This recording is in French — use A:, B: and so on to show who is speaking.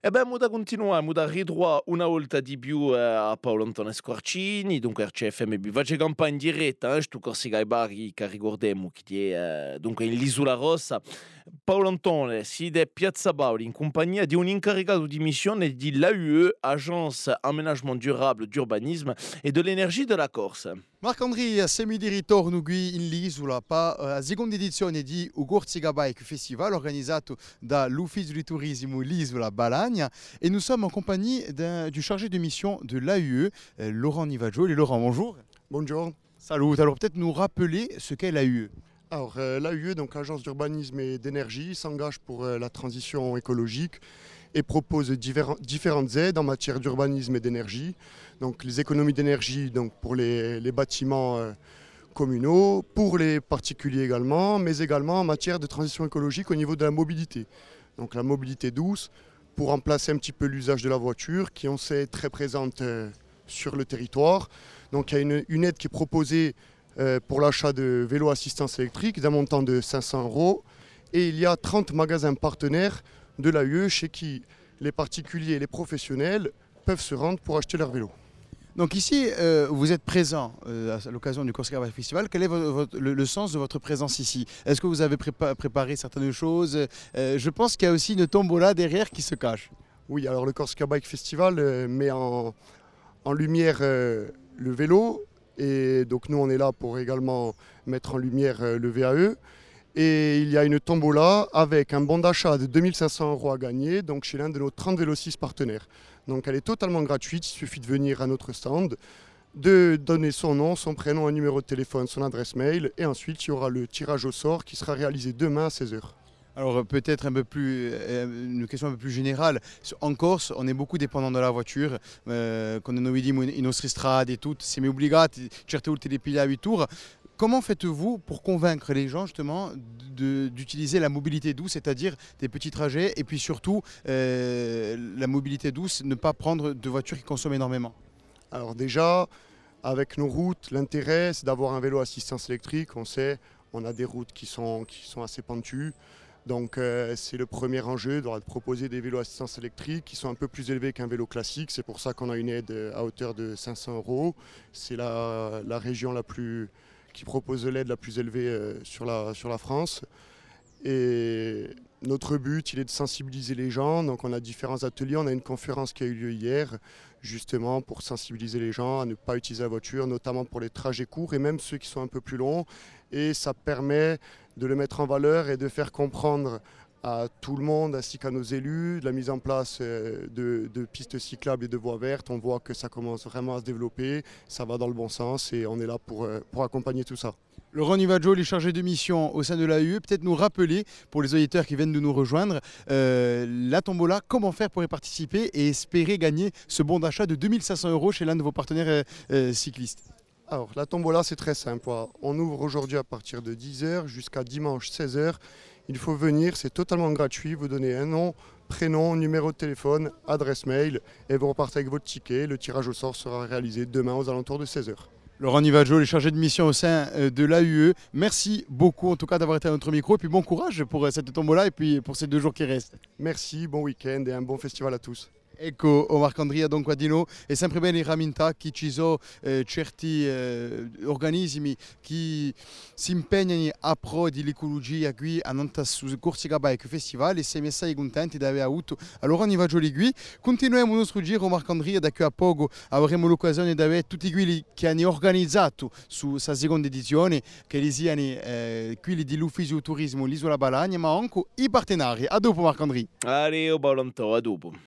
A: E beh, muda continuare, muda ridroa una volta di più a Paolo Antonescu Arcini, dunque RCFMB. Face campagna in diretta, stu Corsica ai Bari, che ricordiamo che è dunque in l'Isola Rossa. Paolo Antone si de Piazza Paoli in compagnia di un incaricato di missione di l'AUE, Agence Aménagement Durable d'Urbanisme e de l'Energie de la Corse.
B: Marc-André, siamo di ritorno qui in l'isola per la seconda edizione di Ugorziga Bike Festival organizzato dall'Ufficio di Turismo L'Isola Balagna et nous sommes en compagnie du chargé de mission de l'AUE, Laurent Nivagioli. Laurent, bonjour.
C: Bonjour.
B: Salut, alors peut-être nous rappeler ce qu'est l'AUE.
C: Alors l'AUE, donc Agence d'urbanisme et d'énergie, s'engage pour la transition écologique et propose différentes aides en matière d'urbanisme et d'énergie. Donc les économies d'énergie donc pour les bâtiments communaux, pour les particuliers également, mais également en matière de transition écologique au niveau de la mobilité. Donc la mobilité douce pour remplacer un petit peu l'usage de la voiture qui on sait est très présente sur le territoire. Donc il y a une aide qui est proposée pour l'achat de vélos assistance électrique d'un montant de 500 euros. Et il y a 30 magasins partenaires de l'AUE chez qui les particuliers et les professionnels peuvent se rendre pour acheter leur vélo.
B: Donc ici, vous êtes présent à l'occasion du Corsica Bike Festival. Quel est le sens de votre présence ici? Est-ce que vous avez préparé certaines choses? Je pense qu'il y a aussi une tombola derrière qui se cache.
C: Oui, alors le Corsica Bike Festival met en lumière le vélo. Et donc nous on est là pour également mettre en lumière le VAE. Et il y a une tombola avec un bon d'achat de 2500 euros à gagner donc chez l'un de nos 30 Vélocis partenaires. Donc elle est totalement gratuite, il suffit de venir à notre stand, de donner son nom, son prénom, un numéro de téléphone, son adresse mail. Et ensuite il y aura le tirage au sort qui sera réalisé demain à 16 h.
B: Alors peut-être une question un peu plus générale. En Corse, on est beaucoup dépendant de la voiture. Quand nous vediamo in nostre strade et tout, siamo obbligati certe volte di pigliare la tour. Comment faites-vous pour convaincre les gens justement d'utiliser la mobilité douce, c'est-à-dire des petits trajets et puis surtout la mobilité douce, ne pas prendre de voitures qui consomment énormément?
C: Alors déjà, avec nos routes, l'intérêt c'est d'avoir un vélo assistance électrique. On sait, on a des routes qui sont assez pentues. Donc c'est le premier enjeu de proposer des vélos assistance électrique qui sont un peu plus élevés qu'un vélo classique. C'est pour ça qu'on a une aide à hauteur de 500 euros. C'est la région qui propose l'aide la plus élevée sur la France. Et notre but, il est de sensibiliser les gens. Donc on a différents ateliers. On a une conférence qui a eu lieu hier, justement pour sensibiliser les gens à ne pas utiliser la voiture, notamment pour les trajets courts et même ceux qui sont un peu plus longs. Et ça permet de le mettre en valeur et de faire comprendre à tout le monde ainsi qu'à nos élus de la mise en place de pistes cyclables et de voies vertes. On voit que ça commence vraiment à se développer, ça va dans le bon sens et on est là pour accompagner tout ça.
B: Laurent Nivagioli, chargé de mission au sein de l'AUE, peut-être nous rappeler, pour les auditeurs qui viennent de nous rejoindre, la tombola, comment faire pour y participer et espérer gagner ce bon d'achat de 2500 euros chez l'un de vos partenaires cyclistes?
C: Alors la tombola c'est très simple, on ouvre aujourd'hui à partir de 10 h jusqu'à dimanche 16 h. Il faut venir, c'est totalement gratuit, vous donnez un nom, prénom, numéro de téléphone, adresse mail et vous repartez avec votre ticket. Le tirage au sort sera réalisé demain aux alentours de 16 h.
B: Laurent Nivagioli, chargé de mission au sein de l'AUE, merci beaucoup en tout cas d'avoir été à notre micro et puis bon courage pour cette tombola et puis pour ces 2 jours qui restent.
C: Merci, bon week-end et un bon festival à tous.
B: Ecco, Marc-Andrea Donquadino, è sempre bene rammentare che ci sono certi organismi che si impegnano a pro dell'ecologia qui a sul Corsica Bike Festival e siamo assai contenti di aver avuto allora Nivagioli qui. Continuiamo il nostro giro, Marc-Andrea, da qui a poco avremo l'occasione di avere tutti quelli che hanno organizzato su questa seconda edizione, che siano quelli dell'Ufficio Turismo L'Isola Balagna, ma anche i partenari. A dopo Marc-Andrea.
A: Allez, Paolo Antone, a dopo.